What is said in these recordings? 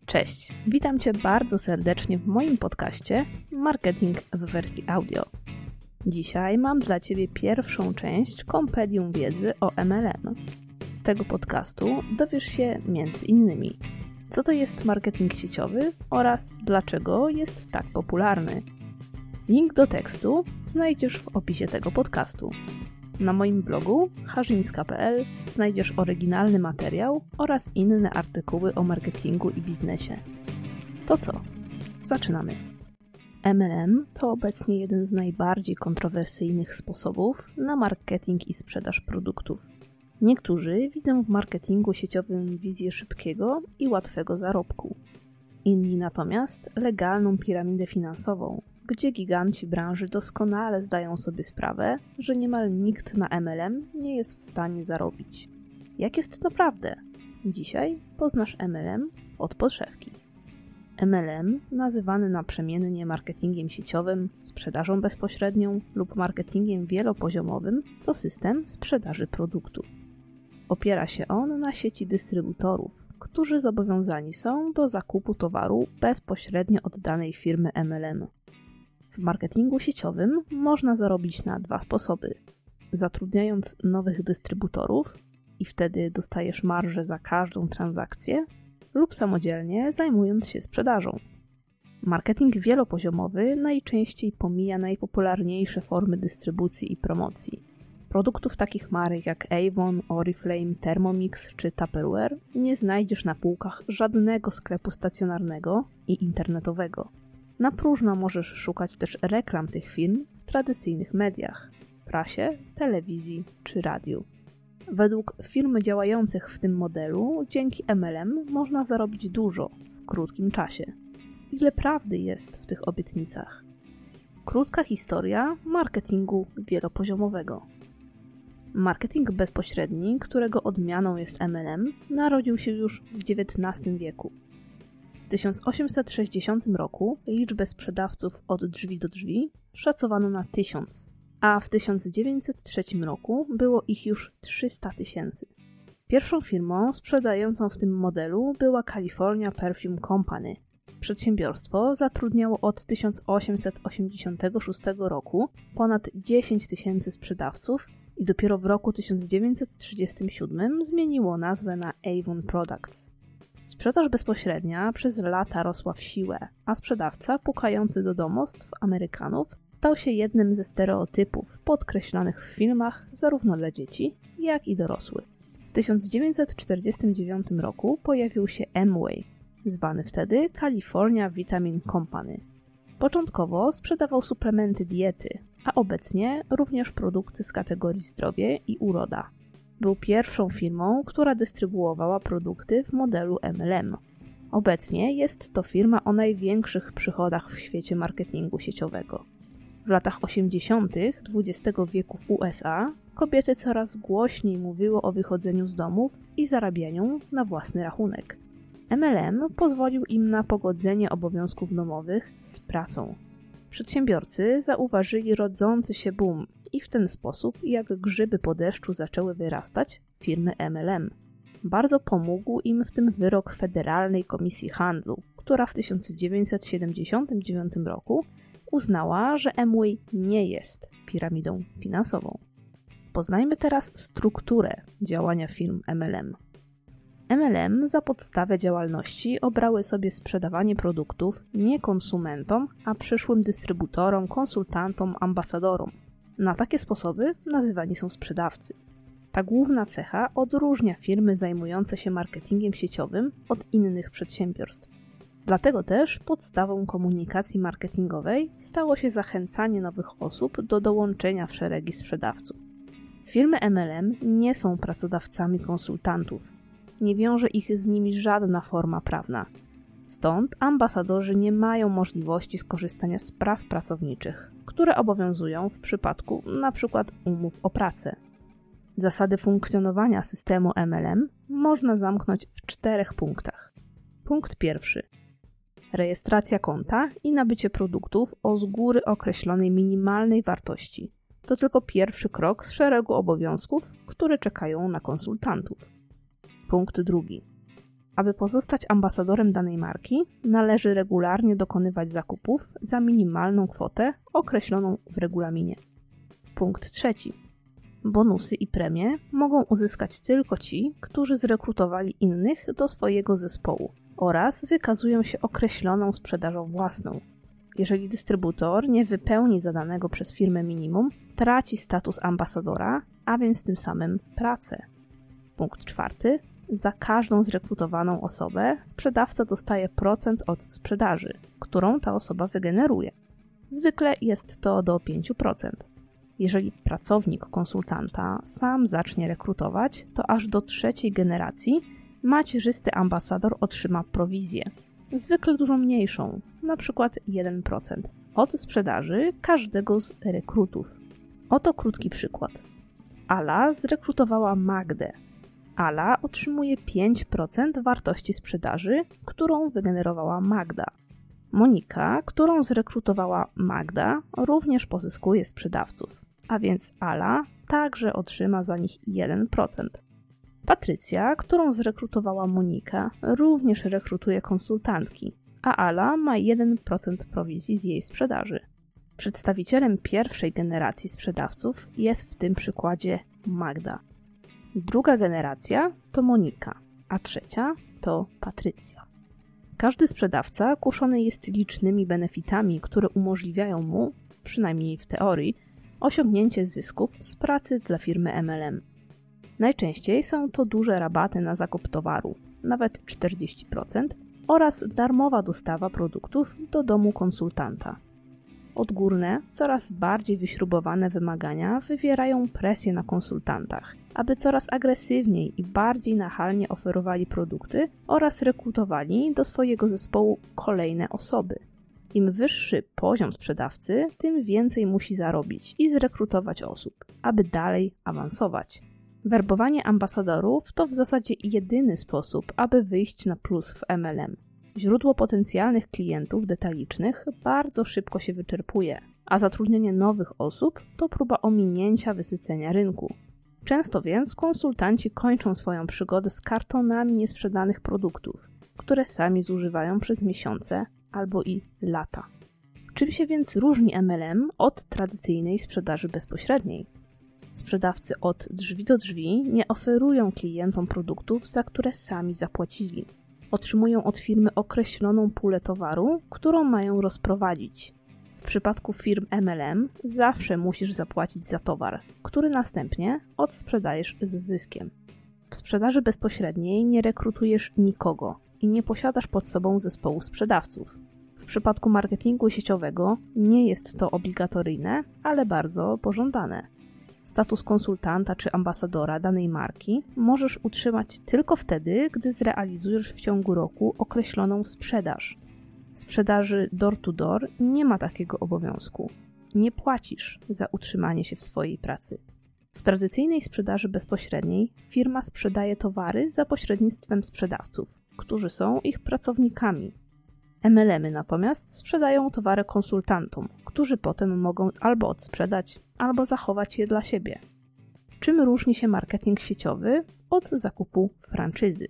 Cześć, witam Cię bardzo serdecznie w moim podcaście Marketing w wersji audio. Dzisiaj mam dla Ciebie pierwszą część kompendium wiedzy o MLM. Z tego podcastu dowiesz się m.in. co to jest marketing sieciowy oraz dlaczego jest tak popularny. Link do tekstu znajdziesz w opisie tego podcastu. Na moim blogu harzyńska.pl znajdziesz oryginalny materiał oraz inne artykuły o marketingu i biznesie. To co? Zaczynamy! MLM to obecnie jeden z najbardziej kontrowersyjnych sposobów na marketing i sprzedaż produktów. Niektórzy widzą w marketingu sieciowym wizję szybkiego i łatwego zarobku. Inni natomiast legalną piramidę finansową, gdzie giganci branży doskonale zdają sobie sprawę, że niemal nikt na MLM nie jest w stanie zarobić. Jak jest naprawdę? Dzisiaj poznasz MLM od podszewki. MLM, nazywany naprzemiennie marketingiem sieciowym, sprzedażą bezpośrednią lub marketingiem wielopoziomowym, to system sprzedaży produktu. Opiera się on na sieci dystrybutorów, którzy zobowiązani są do zakupu towaru bezpośrednio od danej firmy MLM. W marketingu sieciowym można zarobić na dwa sposoby. Zatrudniając nowych dystrybutorów i wtedy dostajesz marżę za każdą transakcję, lub samodzielnie zajmując się sprzedażą. Marketing wielopoziomowy najczęściej pomija najpopularniejsze formy dystrybucji i promocji. Produktów takich marek jak Avon, Oriflame, Thermomix czy Tupperware nie znajdziesz na półkach żadnego sklepu stacjonarnego i internetowego. Na próżno możesz szukać też reklam tych firm w tradycyjnych mediach, prasie, telewizji czy radiu. Według firm działających w tym modelu, dzięki MLM można zarobić dużo w krótkim czasie. Ile prawdy jest w tych obietnicach? Krótka historia marketingu wielopoziomowego. Marketing bezpośredni, którego odmianą jest MLM, narodził się już w XIX wieku. W 1860 roku liczbę sprzedawców od drzwi do drzwi szacowano na 1000, a w 1903 roku było ich już 300 000. Pierwszą firmą sprzedającą w tym modelu była California Perfume Company. Przedsiębiorstwo zatrudniało od 1886 roku ponad 10 000 sprzedawców i dopiero w roku 1937 zmieniło nazwę na Avon Products. Sprzedaż bezpośrednia przez lata rosła w siłę, a sprzedawca pukający do domostw Amerykanów stał się jednym ze stereotypów podkreślanych w filmach zarówno dla dzieci, jak i dorosłych. W 1949 roku pojawił się Amway, zwany wtedy California Vitamin Company. Początkowo sprzedawał suplementy diety, a obecnie również produkty z kategorii zdrowie i uroda. Był pierwszą firmą, która dystrybuowała produkty w modelu MLM. Obecnie jest to firma o największych przychodach w świecie marketingu sieciowego. W latach 80. XX wieku w USA kobiety coraz głośniej mówiły o wychodzeniu z domów i zarabianiu na własny rachunek. MLM pozwolił im na pogodzenie obowiązków domowych z pracą. Przedsiębiorcy zauważyli rodzący się boom i w ten sposób, jak grzyby po deszczu zaczęły wyrastać, firmy MLM. Bardzo pomógł im w tym wyrok Federalnej Komisji Handlu, która w 1979 roku uznała, że Amway nie jest piramidą finansową. Poznajmy teraz strukturę działania firm MLM. MLM za podstawę działalności obrały sobie sprzedawanie produktów nie konsumentom, a przyszłym dystrybutorom, konsultantom, ambasadorom. Na takie sposoby nazywani są sprzedawcy. Ta główna cecha odróżnia firmy zajmujące się marketingiem sieciowym od innych przedsiębiorstw. Dlatego też podstawą komunikacji marketingowej stało się zachęcanie nowych osób do dołączenia w szeregi sprzedawców. Firmy MLM nie są pracodawcami konsultantów. Nie wiąże ich z nimi żadna forma prawna. Stąd ambasadorzy nie mają możliwości skorzystania z praw pracowniczych, które obowiązują w przypadku np. umów o pracę. Zasady funkcjonowania systemu MLM można zamknąć w 4 punktach. Punkt pierwszy. Rejestracja konta i nabycie produktów o z góry określonej minimalnej wartości. To tylko pierwszy krok z szeregu obowiązków, które czekają na konsultantów. Punkt drugi. Aby pozostać ambasadorem danej marki, należy regularnie dokonywać zakupów za minimalną kwotę określoną w regulaminie. Punkt 3. Bonusy i premie mogą uzyskać tylko ci, którzy zrekrutowali innych do swojego zespołu oraz wykazują się określoną sprzedażą własną. Jeżeli dystrybutor nie wypełni zadanego przez firmę minimum, traci status ambasadora, a więc tym samym pracę. Punkt 4. Za każdą zrekrutowaną osobę sprzedawca dostaje procent od sprzedaży, którą ta osoba wygeneruje. Zwykle jest to do 5%. Jeżeli pracownik konsultanta sam zacznie rekrutować, to aż do 3. generacji macierzysty ambasador otrzyma prowizję, zwykle dużo mniejszą, np. 1%, od sprzedaży każdego z rekrutów. Oto krótki przykład. Ala zrekrutowała Magdę. Ala otrzymuje 5% wartości sprzedaży, którą wygenerowała Magda. Monika, którą zrekrutowała Magda, również pozyskuje sprzedawców, a więc Ala także otrzyma za nich 1%. Patrycja, którą zrekrutowała Monika, również rekrutuje konsultantki, a Ala ma 1% prowizji z jej sprzedaży. Przedstawicielem pierwszej generacji sprzedawców jest w tym przykładzie Magda. Druga generacja to Monika, a trzecia to Patrycja. Każdy sprzedawca kuszony jest licznymi benefitami, które umożliwiają mu, przynajmniej w teorii, osiągnięcie zysków z pracy dla firmy MLM. Najczęściej są to duże rabaty na zakup towaru, nawet 40%, oraz darmowa dostawa produktów do domu konsultanta. Odgórne, coraz bardziej wyśrubowane wymagania wywierają presję na konsultantach, aby coraz agresywniej i bardziej nachalnie oferowali produkty oraz rekrutowali do swojego zespołu kolejne osoby. Im wyższy poziom sprzedawcy, tym więcej musi zarobić i zrekrutować osób, aby dalej awansować. Werbowanie ambasadorów to w zasadzie jedyny sposób, aby wyjść na plus w MLM. Źródło potencjalnych klientów detalicznych bardzo szybko się wyczerpuje, a zatrudnienie nowych osób to próba ominięcia wysycenia rynku. Często więc konsultanci kończą swoją przygodę z kartonami niesprzedanych produktów, które sami zużywają przez miesiące albo i lata. Czym się więc różni MLM od tradycyjnej sprzedaży bezpośredniej? Sprzedawcy od drzwi do drzwi nie oferują klientom produktów, za które sami zapłacili. Otrzymują od firmy określoną pulę towaru, którą mają rozprowadzić. W przypadku firm MLM zawsze musisz zapłacić za towar, który następnie odsprzedajesz z zyskiem. W sprzedaży bezpośredniej nie rekrutujesz nikogo i nie posiadasz pod sobą zespołu sprzedawców. W przypadku marketingu sieciowego nie jest to obligatoryjne, ale bardzo pożądane. Status konsultanta czy ambasadora danej marki możesz utrzymać tylko wtedy, gdy zrealizujesz w ciągu roku określoną sprzedaż. W sprzedaży door-to-door nie ma takiego obowiązku. Nie płacisz za utrzymanie się w swojej pracy. W tradycyjnej sprzedaży bezpośredniej firma sprzedaje towary za pośrednictwem sprzedawców, którzy są ich pracownikami. MLM-y natomiast sprzedają towary konsultantom, którzy potem mogą albo odsprzedać, albo zachować je dla siebie. Czym różni się marketing sieciowy od zakupu franczyzy?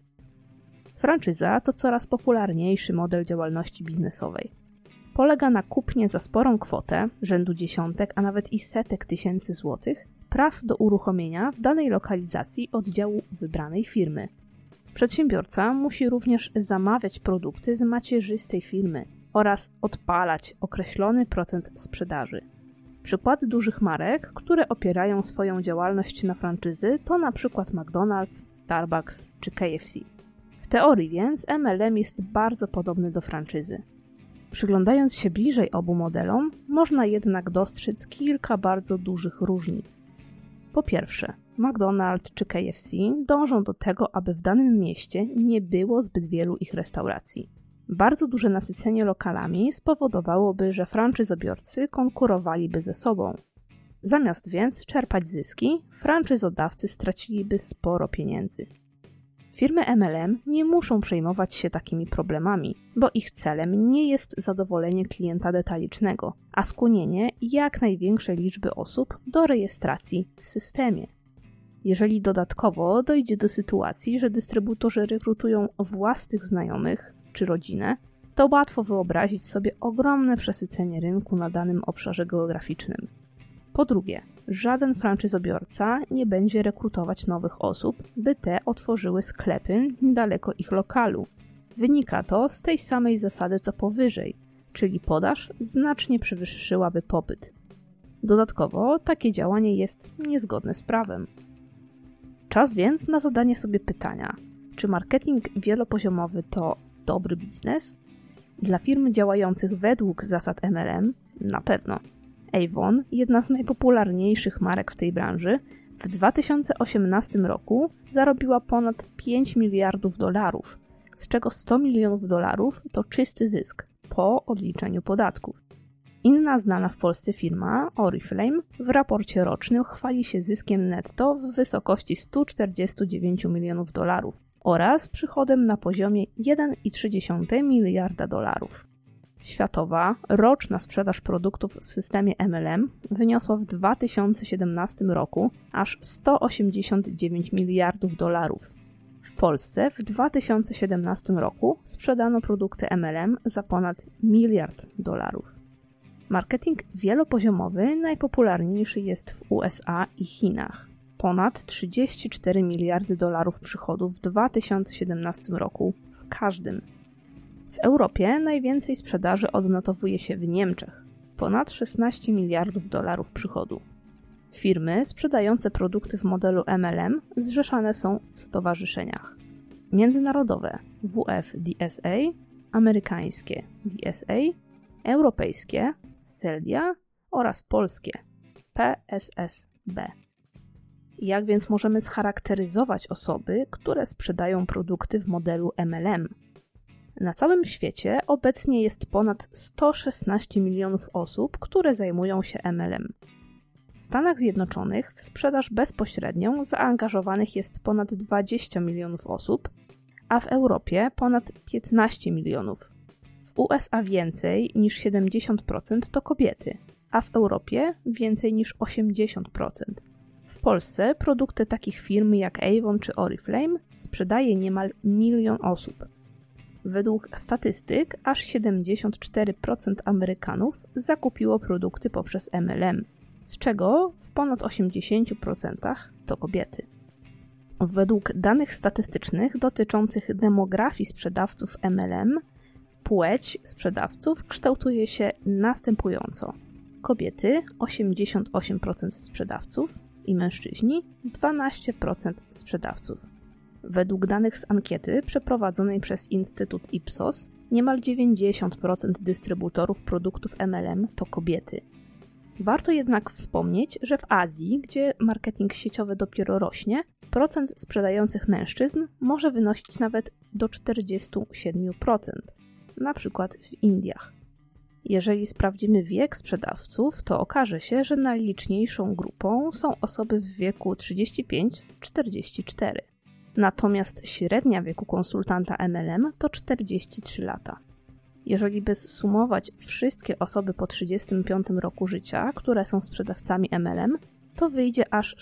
Franczyza to coraz popularniejszy model działalności biznesowej. Polega na kupnie za sporą kwotę, rzędu dziesiątek, a nawet i setek tysięcy złotych, praw do uruchomienia w danej lokalizacji oddziału wybranej firmy. Przedsiębiorca musi również zamawiać produkty z macierzystej firmy oraz odpalać określony procent sprzedaży. Przykłady dużych marek, które opierają swoją działalność na franczyzy, to np. McDonald's, Starbucks czy KFC. W teorii więc MLM jest bardzo podobny do franczyzy. Przyglądając się bliżej obu modelom, można jednak dostrzec kilka bardzo dużych różnic. Po pierwsze, McDonald's czy KFC dążą do tego, aby w danym mieście nie było zbyt wielu ich restauracji. Bardzo duże nasycenie lokalami spowodowałoby, że franczyzobiorcy konkurowaliby ze sobą. Zamiast więc czerpać zyski, franczyzodawcy straciliby sporo pieniędzy. Firmy MLM nie muszą przejmować się takimi problemami, bo ich celem nie jest zadowolenie klienta detalicznego, a skłonienie jak największej liczby osób do rejestracji w systemie. Jeżeli dodatkowo dojdzie do sytuacji, że dystrybutorzy rekrutują własnych znajomych czy rodzinę, to łatwo wyobrazić sobie ogromne przesycenie rynku na danym obszarze geograficznym. Po drugie, żaden franczyzobiorca nie będzie rekrutować nowych osób, by te otworzyły sklepy niedaleko ich lokalu. Wynika to z tej samej zasady co powyżej, czyli podaż znacznie przewyższyłaby popyt. Dodatkowo takie działanie jest niezgodne z prawem. Czas więc na zadanie sobie pytania, czy marketing wielopoziomowy to dobry biznes? Dla firm działających według zasad MLM na pewno. Avon, jedna z najpopularniejszych marek w tej branży, w 2018 roku zarobiła ponad 5 miliardów dolarów, z czego 100 milionów dolarów to czysty zysk po odliczeniu podatków. Inna znana w Polsce firma, Oriflame, w raporcie rocznym chwali się zyskiem netto w wysokości 149 milionów dolarów oraz przychodem na poziomie 1,3 miliarda dolarów. Światowa, roczna sprzedaż produktów w systemie MLM wyniosła w 2017 roku aż 189 miliardów dolarów. W Polsce w 2017 roku sprzedano produkty MLM za ponad miliard dolarów. Marketing wielopoziomowy najpopularniejszy jest w USA i Chinach. Ponad 34 miliardy dolarów przychodów w 2017 roku w każdym. W Europie najwięcej sprzedaży odnotowuje się w Niemczech. Ponad 16 miliardów dolarów przychodu. Firmy sprzedające produkty w modelu MLM zrzeszane są w stowarzyszeniach. Międzynarodowe WF DSA, amerykańskie DSA, europejskie CELDIA oraz polskie PSSB. Jak więc możemy scharakteryzować osoby, które sprzedają produkty w modelu MLM? Na całym świecie obecnie jest ponad 116 milionów osób, które zajmują się MLM. W Stanach Zjednoczonych w sprzedaż bezpośrednią zaangażowanych jest ponad 20 milionów osób, a w Europie ponad 15 milionów. W USA więcej niż 70% to kobiety, a w Europie więcej niż 80%. W Polsce produkty takich firm jak Avon czy Oriflame sprzedaje niemal 1 milion osób. Według statystyk aż 74% Amerykanów zakupiło produkty poprzez MLM, z czego w ponad 80% to kobiety. Według danych statystycznych dotyczących demografii sprzedawców MLM, płeć sprzedawców kształtuje się następująco. Kobiety 88% sprzedawców i mężczyźni 12% sprzedawców. Według danych z ankiety przeprowadzonej przez Instytut Ipsos, niemal 90% dystrybutorów produktów MLM to kobiety. Warto jednak wspomnieć, że w Azji, gdzie marketing sieciowy dopiero rośnie, procent sprzedających mężczyzn może wynosić nawet do 47%, na przykład w Indiach. Jeżeli sprawdzimy wiek sprzedawców, to okaże się, że najliczniejszą grupą są osoby w wieku 35-44. Natomiast średnia wieku konsultanta MLM to 43 lata. Jeżeli by zsumować wszystkie osoby po 35 roku życia, które są sprzedawcami MLM, to wyjdzie aż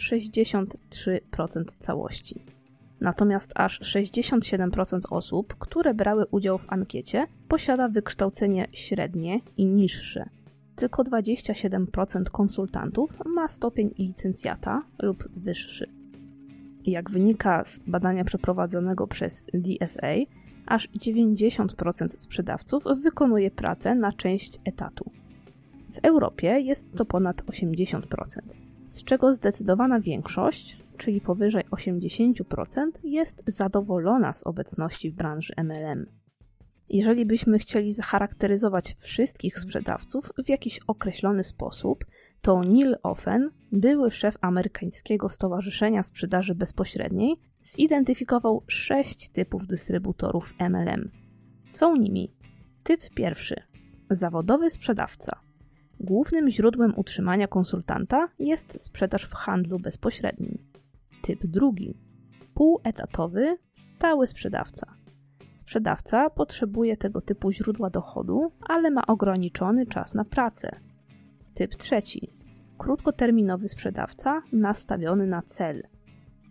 63% całości. Natomiast aż 67% osób, które brały udział w ankiecie, posiada wykształcenie średnie i niższe. Tylko 27% konsultantów ma stopień licencjata lub wyższy. Jak wynika z badania przeprowadzonego przez DSA, aż 90% sprzedawców wykonuje pracę na część etatu. W Europie jest to ponad 80%, z czego zdecydowana większość, czyli powyżej 80%, jest zadowolona z obecności w branży MLM. Jeżeli byśmy chcieli zacharakteryzować wszystkich sprzedawców w jakiś określony sposób, to Neil Offen, były szef amerykańskiego Stowarzyszenia Sprzedaży Bezpośredniej, zidentyfikował 6 typów dystrybutorów MLM. Są nimi: typ pierwszy – zawodowy sprzedawca. Głównym źródłem utrzymania konsultanta jest sprzedaż w handlu bezpośrednim. Typ drugi – półetatowy, stały sprzedawca. Sprzedawca potrzebuje tego typu źródła dochodu, ale ma ograniczony czas na pracę. Typ trzeci – krótkoterminowy sprzedawca nastawiony na cel.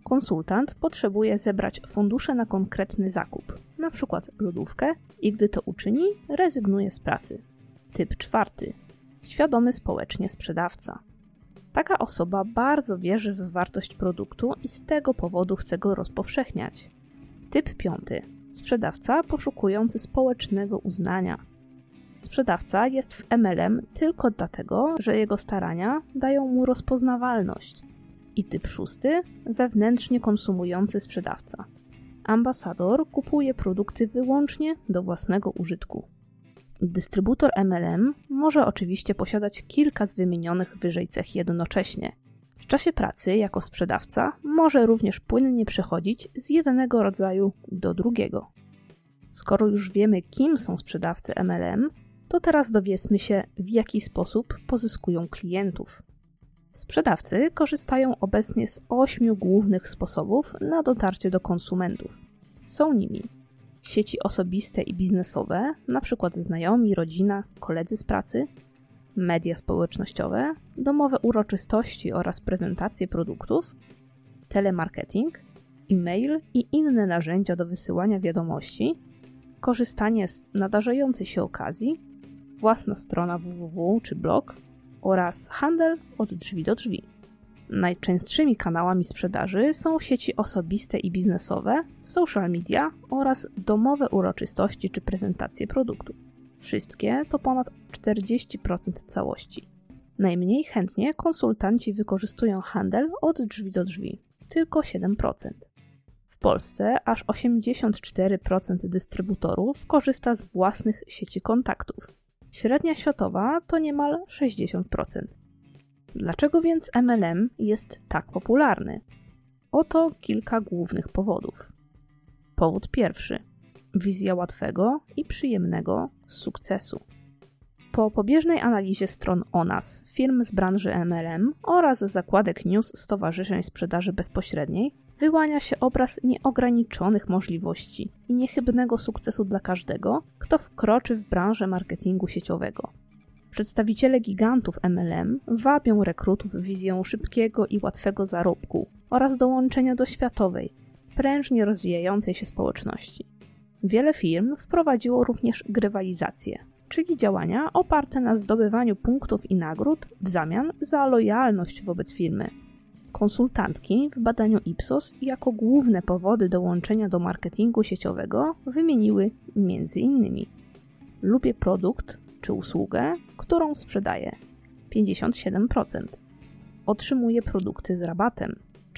Konsultant potrzebuje zebrać fundusze na konkretny zakup, np. lodówkę, i gdy to uczyni, rezygnuje z pracy. Typ 4. Świadomy społecznie sprzedawca. Taka osoba bardzo wierzy w wartość produktu i z tego powodu chce go rozpowszechniać. Typ 5. Sprzedawca poszukujący społecznego uznania. Sprzedawca jest w MLM tylko dlatego, że jego starania dają mu rozpoznawalność. I typ 6. Wewnętrznie konsumujący sprzedawca. Ambasador kupuje produkty wyłącznie do własnego użytku. Dystrybutor MLM może oczywiście posiadać kilka z wymienionych wyżej cech jednocześnie. W czasie pracy jako sprzedawca może również płynnie przechodzić z jednego rodzaju do drugiego. Skoro już wiemy, kim są sprzedawcy MLM, to teraz dowiedzmy się, w jaki sposób pozyskują klientów. Sprzedawcy korzystają obecnie z 8 głównych sposobów na dotarcie do konsumentów. Są nimi sieci osobiste i biznesowe, np. znajomi, rodzina, koledzy z pracy, media społecznościowe, domowe uroczystości oraz prezentacje produktów, telemarketing, e-mail i inne narzędzia do wysyłania wiadomości, korzystanie z nadarzającej się okazji, własna strona www czy blog oraz handel od drzwi do drzwi. Najczęstszymi kanałami sprzedaży są sieci osobiste i biznesowe, social media oraz domowe uroczystości czy prezentacje produktu. Wszystkie to ponad 40% całości. Najmniej chętnie konsultanci wykorzystują handel od drzwi do drzwi, tylko 7%. W Polsce aż 84% dystrybutorów korzysta z własnych sieci kontaktów. Średnia światowa to niemal 60%. Dlaczego więc MLM jest tak popularny? Oto kilka głównych powodów. Powód pierwszy. Wizja łatwego i przyjemnego sukcesu. Po pobieżnej analizie stron o nas, firm z branży MLM oraz zakładek news stowarzyszeń sprzedaży bezpośredniej wyłania się obraz nieograniczonych możliwości i niechybnego sukcesu dla każdego, kto wkroczy w branżę marketingu sieciowego. Przedstawiciele gigantów MLM wabią rekrutów wizją szybkiego i łatwego zarobku oraz dołączenia do światowej, prężnie rozwijającej się społeczności. Wiele firm wprowadziło również grywalizację, czyli działania oparte na zdobywaniu punktów i nagród w zamian za lojalność wobec firmy. Konsultantki w badaniu Ipsos jako główne powody dołączenia do marketingu sieciowego wymieniły m.in. lubię produkt czy usługę, którą sprzedaję 57%, otrzymuję produkty z rabatem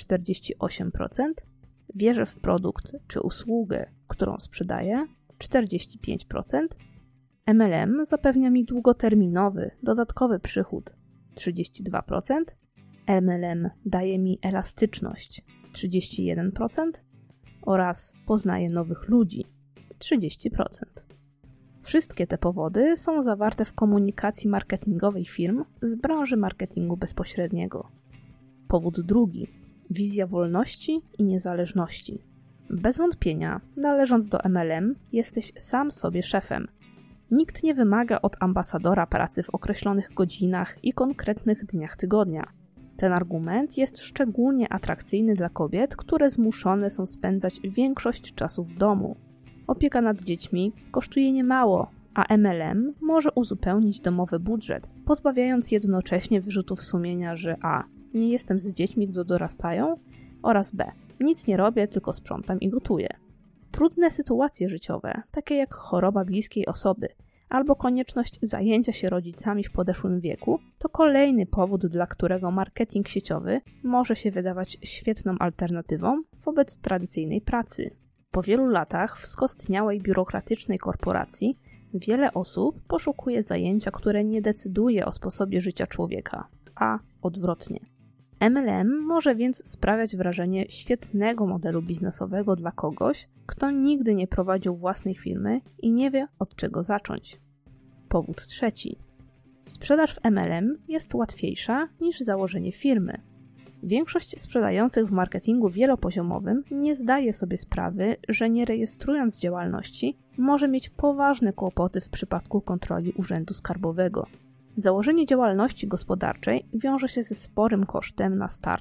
48%, wierzę w produkt czy usługę, którą sprzedaję 45%, MLM zapewnia mi długoterminowy, dodatkowy przychód 32%, MLM daje mi elastyczność 31% oraz poznaję nowych ludzi 30%. Wszystkie te powody są zawarte w komunikacji marketingowej firm z branży marketingu bezpośredniego. Powód drugi. Wizja wolności i niezależności. Bez wątpienia, należąc do MLM, jesteś sam sobie szefem. Nikt nie wymaga od ambasadora pracy w określonych godzinach i konkretnych dniach tygodnia. Ten argument jest szczególnie atrakcyjny dla kobiet, które zmuszone są spędzać większość czasu w domu. Opieka nad dziećmi kosztuje niemało, a MLM może uzupełnić domowy budżet, pozbawiając jednocześnie wyrzutów sumienia, że a. nie jestem z dziećmi, gdy dorastają, oraz b. nic nie robię, tylko sprzątam i gotuję. Trudne sytuacje życiowe, takie jak choroba bliskiej osoby albo konieczność zajęcia się rodzicami w podeszłym wieku, to kolejny powód, dla którego marketing sieciowy może się wydawać świetną alternatywą wobec tradycyjnej pracy. Po wielu latach w skostniałej biurokratycznej korporacji wiele osób poszukuje zajęcia, które nie decyduje o sposobie życia człowieka, a odwrotnie. MLM może więc sprawiać wrażenie świetnego modelu biznesowego dla kogoś, kto nigdy nie prowadził własnej firmy i nie wie, od czego zacząć. Powód trzeci. Sprzedaż w MLM jest łatwiejsza niż założenie firmy. Większość sprzedających w marketingu wielopoziomowym nie zdaje sobie sprawy, że nie rejestrując działalności może mieć poważne kłopoty w przypadku kontroli Urzędu Skarbowego. Założenie działalności gospodarczej wiąże się ze sporym kosztem na start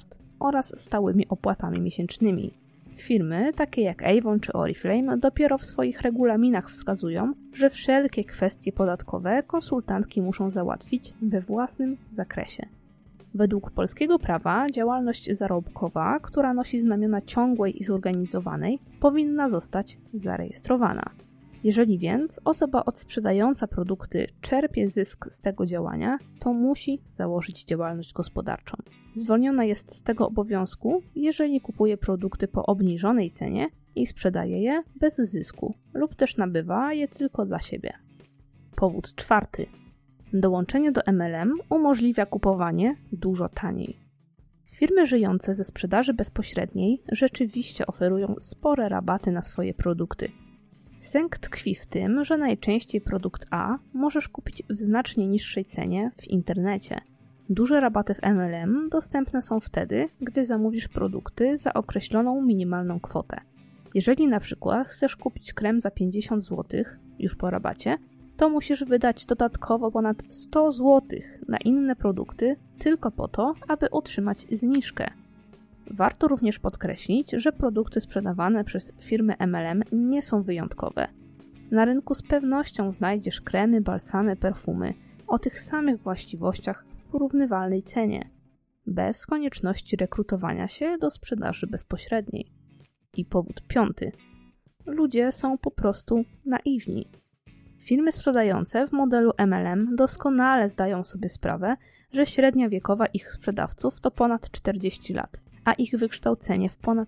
oraz stałymi opłatami miesięcznymi. Firmy takie jak Avon czy Oriflame dopiero w swoich regulaminach wskazują, że wszelkie kwestie podatkowe konsultantki muszą załatwić we własnym zakresie. Według polskiego prawa działalność zarobkowa, która nosi znamiona ciągłej i zorganizowanej, powinna zostać zarejestrowana. Jeżeli więc osoba odsprzedająca produkty czerpie zysk z tego działania, to musi założyć działalność gospodarczą. Zwolniona jest z tego obowiązku, jeżeli kupuje produkty po obniżonej cenie i sprzedaje je bez zysku lub też nabywa je tylko dla siebie. Powód czwarty. Dołączenie do MLM umożliwia kupowanie dużo taniej. Firmy żyjące ze sprzedaży bezpośredniej rzeczywiście oferują spore rabaty na swoje produkty. Sęk tkwi w tym, że najczęściej produkt A możesz kupić w znacznie niższej cenie w internecie. Duże rabaty w MLM dostępne są wtedy, gdy zamówisz produkty za określoną minimalną kwotę. Jeżeli na przykład chcesz kupić krem za 50 zł już po rabacie, to musisz wydać dodatkowo ponad 100 zł na inne produkty tylko po to, aby otrzymać zniżkę. Warto również podkreślić, że produkty sprzedawane przez firmy MLM nie są wyjątkowe. Na rynku z pewnością znajdziesz kremy, balsamy, perfumy o tych samych właściwościach w porównywalnej cenie, bez konieczności rekrutowania się do sprzedaży bezpośredniej. I powód piąty. Ludzie są po prostu naiwni. Firmy sprzedające w modelu MLM doskonale zdają sobie sprawę, że średnia wiekowa ich sprzedawców to ponad 40 lat, a ich wykształcenie w ponad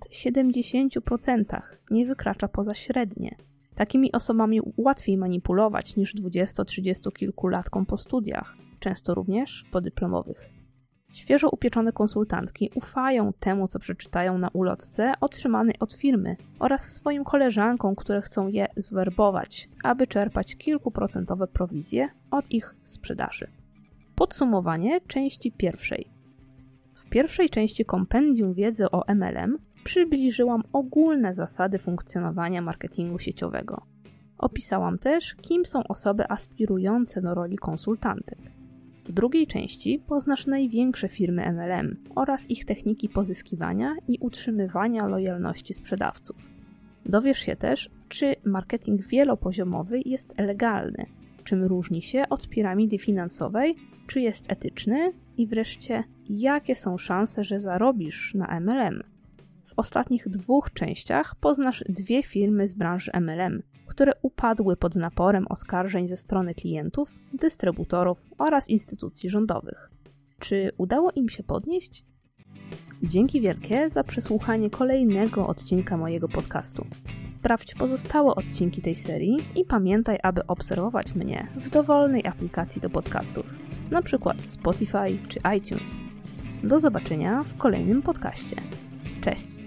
70% nie wykracza poza średnie. Takimi osobami łatwiej manipulować niż 20-30 kilkulatkom po studiach, często również podyplomowych. Świeżo upieczone konsultantki ufają temu, co przeczytają na ulotce otrzymanej od firmy oraz swoim koleżankom, które chcą je zwerbować, aby czerpać kilkuprocentowe prowizje od ich sprzedaży. Podsumowanie części pierwszej. W pierwszej części kompendium wiedzy o MLM przybliżyłam ogólne zasady funkcjonowania marketingu sieciowego. Opisałam też, kim są osoby aspirujące do roli konsultantek. W drugiej części poznasz największe firmy MLM oraz ich techniki pozyskiwania i utrzymywania lojalności sprzedawców. Dowiesz się też, czy marketing wielopoziomowy jest legalny, czym różni się od piramidy finansowej, czy jest etyczny i wreszcie, jakie są szanse, że zarobisz na MLM. W ostatnich 2 częściach poznasz 2 firmy z branży MLM, które upadły pod naporem oskarżeń ze strony klientów, dystrybutorów oraz instytucji rządowych. Czy udało im się podnieść? Dzięki wielkie za przesłuchanie kolejnego odcinka mojego podcastu. Sprawdź pozostałe odcinki tej serii i pamiętaj, aby obserwować mnie w dowolnej aplikacji do podcastów, np. Spotify czy iTunes. Do zobaczenia w kolejnym podcaście. Cześć!